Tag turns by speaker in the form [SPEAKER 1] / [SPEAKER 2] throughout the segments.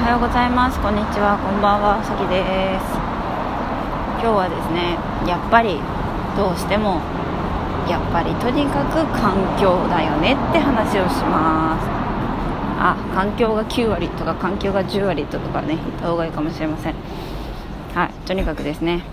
[SPEAKER 1] はようございます。こんにちは、こんばんは、さきです。今日はですね、やっぱりどうしてもとにかく環境だよねって話をします。環境が9割とか環境が10割とかね、言った方がいいかもしれません。とにかくですね、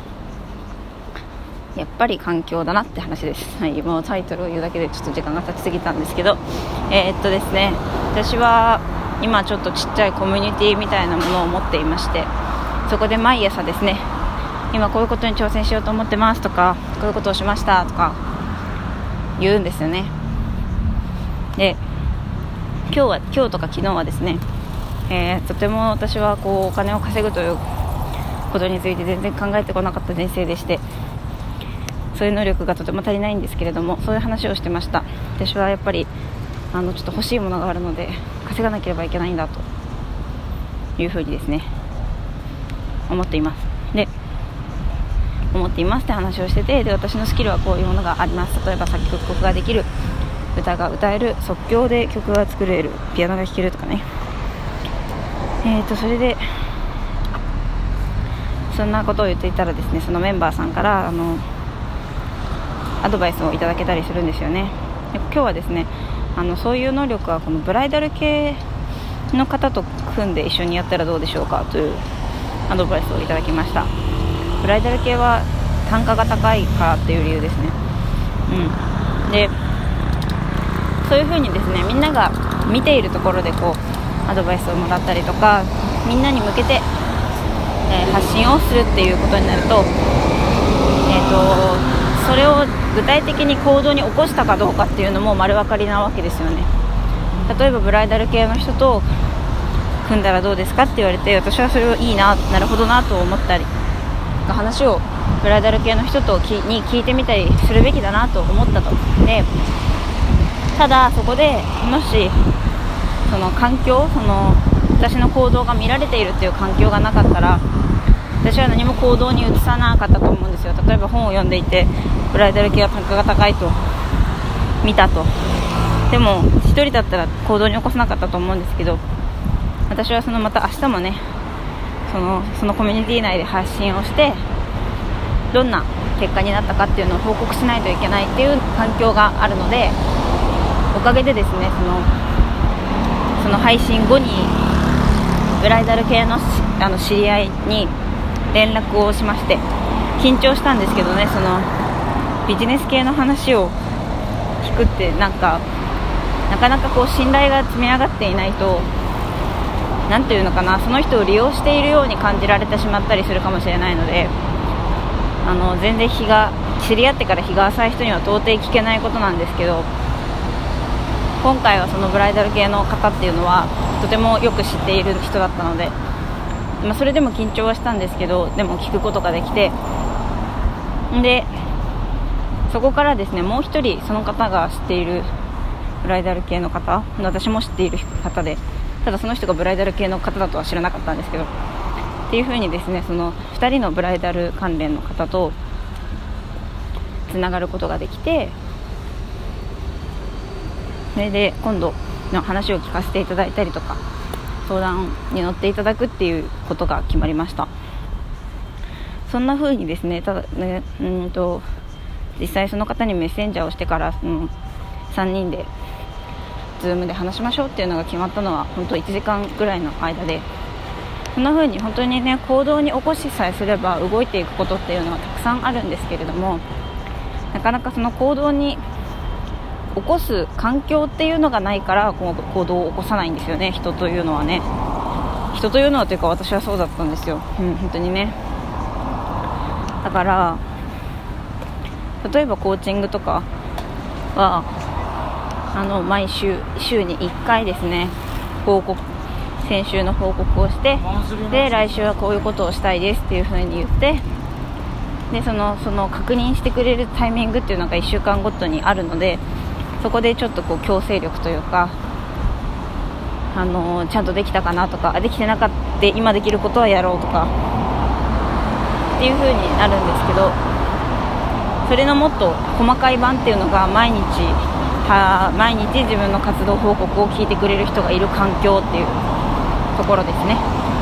[SPEAKER 1] やっぱり環境だなって話です。もうタイトルを言うだけでちょっと時間が経ちすぎたんですけど、ですね、私は今ちょっとちっちゃいコミュニティみたいなものを持っていまして、そこで毎朝ですね、今こういうことに挑戦しようと思ってますとか、こういうことをしましたとか言うんですよね。で、今日とか昨日はですね、とても私はお金を稼ぐということについて全然考えてこなかった人生でして、そういう能力がとても足りないんですけれども、そういう話をしてました。私はやっぱりちょっと欲しいものがあるので稼がなければいけないんだというふうにですね思っていますって話をしてて、で私のスキルはこういうものがあります。例えば作曲ができる、歌が歌える、即興で曲が作れる、ピアノが弾けるとかね。それでそんなことを言っていたらですね、そのメンバーさんからアドバイスをいただけたりするんですよね。で今日はですね、そういう能力はこのブライダル系の方と組んで一緒にやったらどうでしょうかというアドバイスをいただきました。ブライダル系は単価が高いからという理由ですね。でそういう風にですね、みんなが見ているところでアドバイスをもらったりとか、みんなに向けて、発信をするっていうことになると、それを具体的に行動に起こしたかどうかっていうのも丸分かりなわけですよね。例えばブライダル系の人と組んだらどうですかって言われて、私はそれをいいな、なるほどなと思ったり、話をブライダル系の人に聞いてみたりするべきだなと思ったと。でただそこでもしその環境、私の行動が見られているっていう環境がなかったら、私は何も行動に移さなかったと思うんですよ。例えば本を読んでいてブライダル系は単価が高いと見たと、でも一人だったら行動に起こさなかったと思うんですけど、私はまた明日もね、そのコミュニティ内で発信をしてどんな結果になったかっていうのを報告しないといけないっていう環境があるので、おかげでですね、その配信後にブライダル系の知り合いに連絡をしまして、緊張したんですけどね、ビジネス系の話を聞くってなかなか信頼が積み上がっていないと、なんていうのかな、その人を利用しているように感じられてしまったりするかもしれないので、全然知り合ってから日が浅い人には到底聞けないことなんですけど、今回はそのブライダル系の方っていうのはとてもよく知っている人だったので、それでも緊張はしたんですけど、でも聞くことができて、でそこからですね、もう一人その方が知っているブライダル系の方、私も知っている方で、ただその人がブライダル系の方だとは知らなかったんですけど、っていう風にですね、その2人のブライダル関連の方とつながることができて、それで今度の話を聞かせていただいたりとか、相談に乗っていただくっていうことが決まりました。そんな風にですね、ただね、実際その方にメッセンジャーをしてから、3人でズームで話しましょうっていうのが決まったのは本当1時間ぐらいの間で、そんな風に本当にね、行動に起こしさえすれば動いていくことっていうのはたくさんあるんですけれども、なかなかその行動に起こす環境っていうのがないから行動を起こさないんですよね。人というのはというか、私はそうだったんですよ。本当にね。だから例えばコーチングとかは毎週に1回ですね、先週の報告をして、で来週はこういうことをしたいですっていう風に言って、でその確認してくれるタイミングっていうのが1週間ごとにあるので、そこでちょっと強制力というか、ちゃんとできたかなとか、できてなかった今できることはやろうとかっていう風になるんですけど、それのもっと細かい版っていうのが毎日自分の活動報告を聞いてくれる人がいる環境っていうところですね。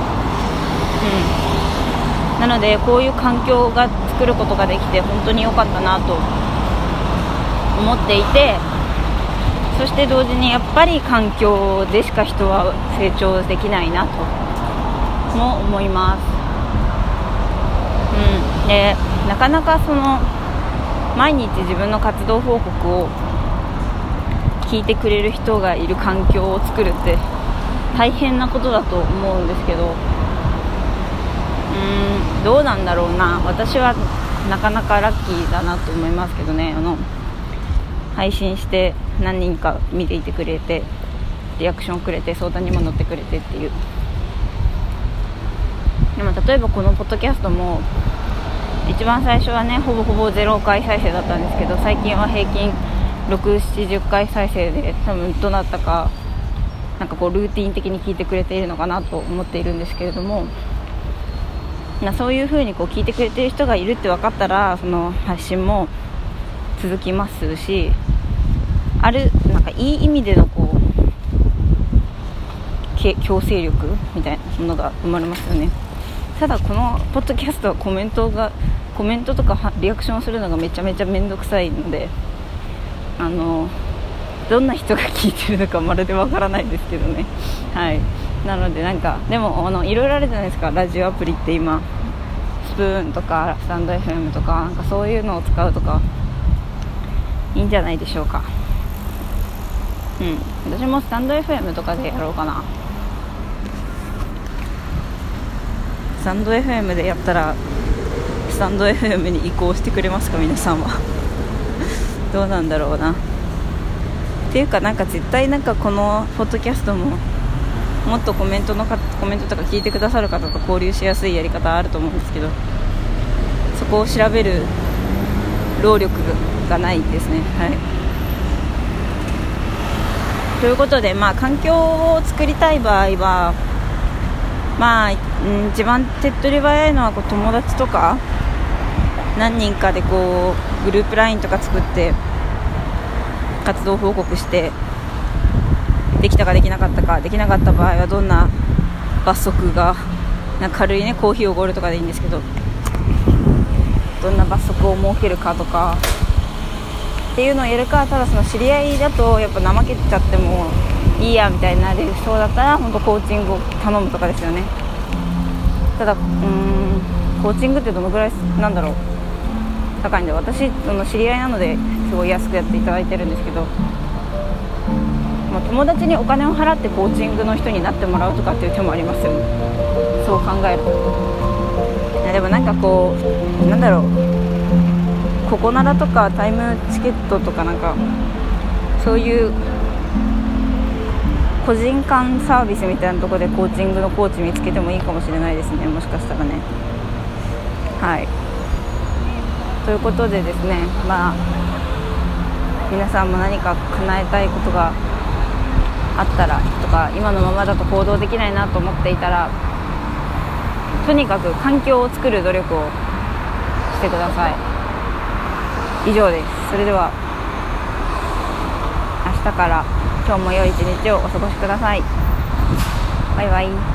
[SPEAKER 1] なのでこういう環境が作ることができて本当に良かったなと思っていて、そして同時にやっぱり環境でしか人は成長できないなとも思います。でなかなかその毎日自分の活動報告を聞いてくれる人がいる環境を作るって大変なことだと思うんですけど、どうなんだろうな。私はなかなかラッキーだなと思いますけどね。配信して何人か見ていてくれて、リアクションくれて、相談にも乗ってくれてっていう。でも例えばこのポッドキャストも一番最初はねほぼ0回再生だったんですけど、最近は平均6、70回再生で、多分どなたかなんかこうルーティン的に聞いてくれているのかなと思っているんですけれども、そういう風にこう聞いてくれている人がいるって分かったら、その発信も続きますし、なんかいい意味でのこう強制力みたいなものが生まれますよね。ただこのポッドキャストはコメントとかリアクションするのがめちゃめちゃめんどくさいので、どんな人が聞いてるのかまるでわからないですけどね。はい。なのでなんかでもいろいろあるじゃないですか。ラジオアプリって今スプーンとかスタンド FM とかなんかそういうのを使うとかいいんじゃないでしょうか。私もスタンド FM とかでやろうかな。スタンド FM でやったらスタンド FM に移行してくれますか皆さんは。どうなんだろうな。っていうかなんか絶対なんかこのポッドキャストももっとコメントとか聞いてくださる方と交流しやすいやり方あると思うんですけど、そこを調べる労力がないですね。はい。ということで、環境を作りたい場合は、一番手っ取り早いのはこう友達とか何人かでこうグループ LINE とか作って活動報告して、できたかできなかったか、できなかった場合はどんな罰則が、なんか軽いねコーヒーおごるとかでいいんですけど、どんな罰則を設けるかとかっていうのをやるか、ただその知り合いだとやっぱ怠けちゃってもいいやみたいになれる人だったら本当コーチングを頼むとかですよね。ただコーチングってどのぐらいなんだろう高いんで、私知り合いなのですごい安くやっていただいてるんですけど、友達にお金を払ってコーチングの人になってもらうとかっていう手もありますよね。そう考えると。でもなんかこうなんだろう、ココナラとかタイムチケットとかなんかそういう個人間サービスみたいなところでコーチングのコーチ見つけてもいいかもしれないですね。もしかしたらね。はい。ということでですね、皆さんも何か叶えたいことがあったらとか、今のままだと行動できないなと思っていたら、とにかく環境を作る努力をしてください。以上です。それでは明日から今日も良い一日をお過ごしください。バイバイ。